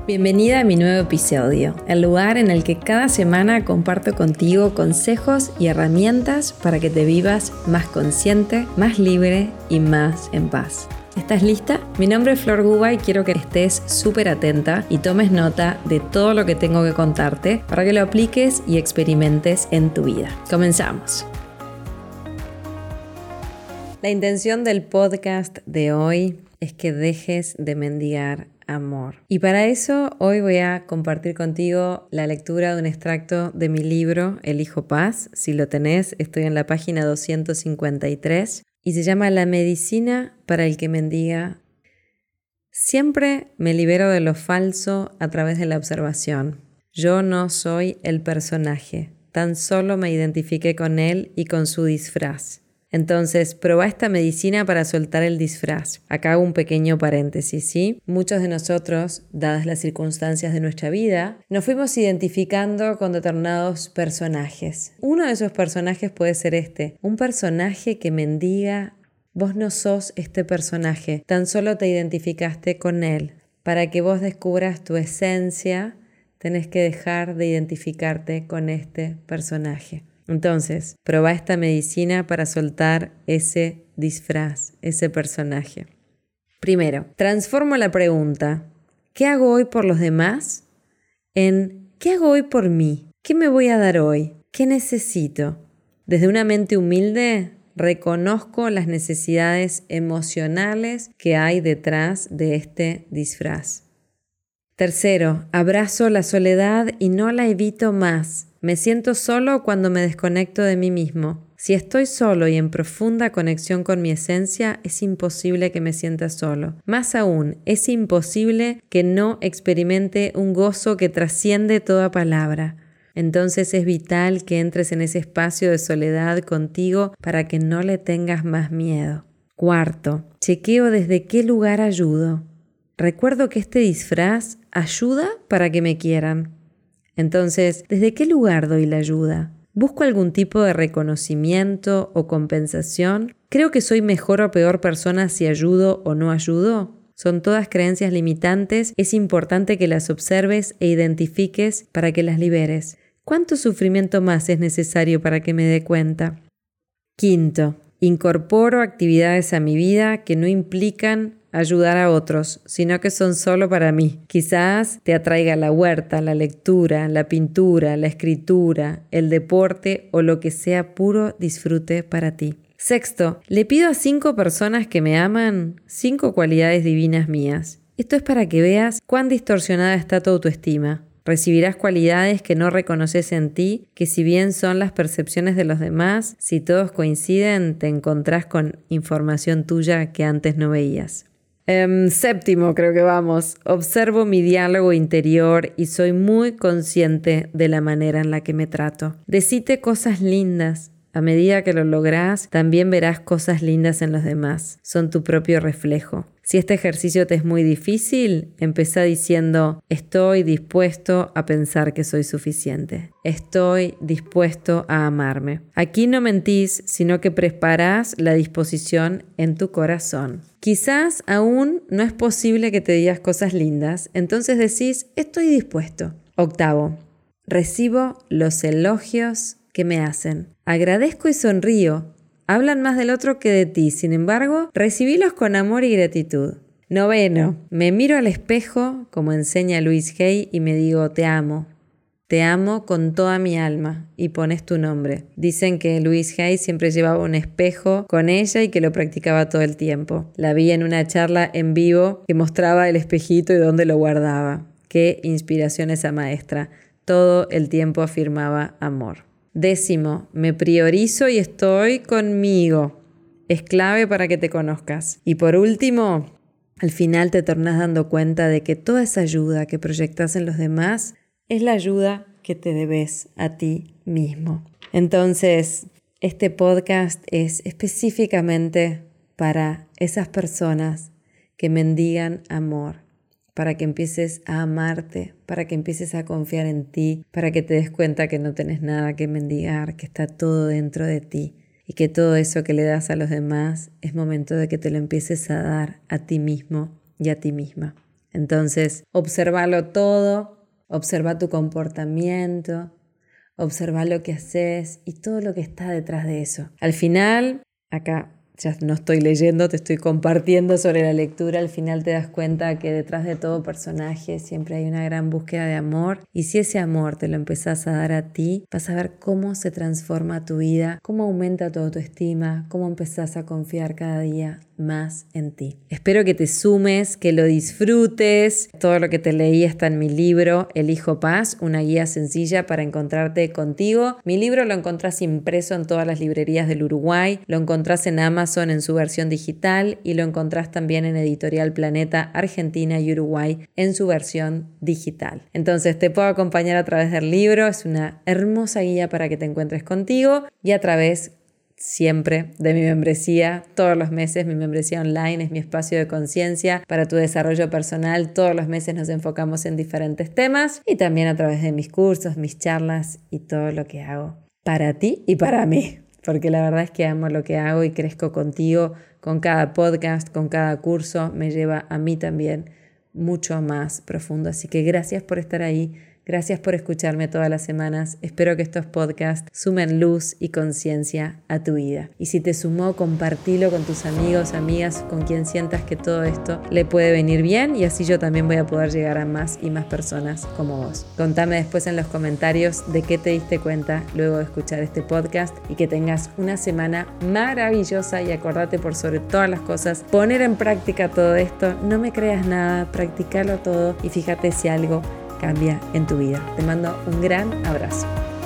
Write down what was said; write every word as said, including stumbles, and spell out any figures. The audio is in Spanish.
Bienvenida a mi nuevo episodio, el lugar en el que cada semana comparto contigo consejos y herramientas para que te vivas más consciente, más libre y más en paz. ¿Estás lista? Mi nombre es Flor Guba y quiero que estés súper atenta y tomes nota de todo lo que tengo que contarte para que lo apliques y experimentes en tu vida. Comenzamos. La intención del podcast de hoy es que dejes de mendigar amor. Y para eso hoy voy a compartir contigo la lectura de un extracto de mi libro Elijo Paz. Si lo tenés, estoy en la página doscientos cincuenta y tres y se llama La medicina para el que mendiga. Siempre me libero de lo falso a través de la observación. Yo no soy el personaje, tan solo me identifiqué con él y con su disfraz. Entonces, probá esta medicina para soltar el disfraz. Acá hago un pequeño paréntesis, ¿sí? Muchos de nosotros, dadas las circunstancias de nuestra vida, nos fuimos identificando con determinados personajes. Uno de esos personajes puede ser este, un personaje que mendiga. Vos no sos este personaje, tan solo te identificaste con él. Para que vos descubras tu esencia, tenés que dejar de identificarte con este personaje. Entonces, probá esta medicina para soltar ese disfraz, ese personaje. Primero, transformo la pregunta, ¿qué hago hoy por los demás? En, ¿qué hago hoy por mí? ¿Qué me voy a dar hoy? ¿Qué necesito? Desde una mente humilde, reconozco las necesidades emocionales que hay detrás de este disfraz. Tercero, abrazo la soledad y no la evito más. Me siento solo cuando me desconecto de mí mismo. Si estoy solo y en profunda conexión con mi esencia, es imposible que me sienta solo. Más aún, es imposible que no experimente un gozo que trasciende toda palabra. Entonces es vital que entres en ese espacio de soledad contigo para que no le tengas más miedo. Cuarto, chequeo desde qué lugar ayudo. Recuerdo que este disfraz ayuda para que me quieran. Entonces, ¿desde qué lugar doy la ayuda? ¿Busco algún tipo de reconocimiento o compensación? ¿Creo que soy mejor o peor persona si ayudo o no ayudo? Son todas creencias limitantes. Es importante que las observes e identifiques para que las liberes. ¿Cuánto sufrimiento más es necesario para que me dé cuenta? Quinto, incorporo actividades a mi vida que no implican ayudar a otros, sino que son solo para mí. Quizás te atraiga la huerta, la lectura, la pintura, la escritura, el deporte o lo que sea puro disfrute para ti. Sexto, le pido a cinco personas que me aman cinco cualidades divinas mías. Esto es para que veas cuán distorsionada está tu autoestima. Recibirás cualidades que no reconoces en ti, que si bien son las percepciones de los demás, si todos coinciden, te encontrás con información tuya que antes no veías. Um, séptimo, creo que vamos. Observo mi diálogo interior y soy muy consciente de la manera en la que me trato. Decite cosas lindas. A medida que lo lográs, también verás cosas lindas en los demás. Son tu propio reflejo. Si este ejercicio te es muy difícil, empezá diciendo, estoy dispuesto a pensar que soy suficiente. Estoy dispuesto a amarme. Aquí no mentís, sino que preparás la disposición en tu corazón. Quizás aún no es posible que te digas cosas lindas, entonces decís, estoy dispuesto. Octavo, recibo los elogios que me hacen. Agradezco y sonrío. Hablan más del otro que de ti, sin embargo, recibílos con amor y gratitud. Noveno, me miro al espejo, como enseña Louise Hay, y me digo, te amo. Te amo con toda mi alma, y pones tu nombre. Dicen que Louise Hay siempre llevaba un espejo con ella y que lo practicaba todo el tiempo. La vi en una charla en vivo que mostraba el espejito y dónde lo guardaba. Qué inspiración esa maestra. Todo el tiempo afirmaba amor. Décimo, me priorizo y estoy conmigo. Es clave para que te conozcas. Y por último, al final te tornás dando cuenta de que toda esa ayuda que proyectas en los demás es la ayuda que te debes a ti mismo. Entonces, este podcast es específicamente para esas personas que mendigan amor, para que empieces a amarte, para que empieces a confiar en ti, para que te des cuenta que no tenés nada que mendigar, que está todo dentro de ti y que todo eso que le das a los demás es momento de que te lo empieces a dar a ti mismo y a ti misma. Entonces, observalo todo, observa tu comportamiento, observa lo que haces y todo lo que está detrás de eso. Al final, acá ya no estoy leyendo, te estoy compartiendo sobre la lectura. Al final te das cuenta que detrás de todo personaje siempre hay una gran búsqueda de amor. Y si ese amor te lo empezás a dar a ti, vas a ver cómo se transforma tu vida, cómo aumenta tu autoestima, cómo empezás a confiar cada día más en ti. Espero que te sumes, que lo disfrutes. Todo lo que te leí está en mi libro Elijo Paz, una guía sencilla para encontrarte contigo. Mi libro lo encontrás impreso en todas las librerías del Uruguay, lo encontrás en Amazon en su versión digital y lo encontrás también en Editorial Planeta Argentina y Uruguay en su versión digital. Entonces te puedo acompañar a través del libro, es una hermosa guía para que te encuentres contigo y a través siempre de mi membresía, todos los meses. Mi membresía online es mi espacio de conciencia para tu desarrollo personal. Todos los meses nos enfocamos en diferentes temas y también a través de mis cursos, mis charlas y todo lo que hago para ti y para mí, porque la verdad es que amo lo que hago y crezco contigo con cada podcast, con cada curso. Me lleva a mí también mucho más profundo, así que gracias por estar ahí. Gracias por escucharme todas las semanas. Espero que estos podcasts sumen luz y conciencia a tu vida. Y si te sumó, compartilo con tus amigos, amigas, con quien sientas que todo esto le puede venir bien y así yo también voy a poder llegar a más y más personas como vos. Contame después en los comentarios de qué te diste cuenta luego de escuchar este podcast y que tengas una semana maravillosa y acordate por sobre todas las cosas, poner en práctica todo esto. No me creas nada, practícalo todo y fíjate si algo cambia en tu vida. Te mando un gran abrazo.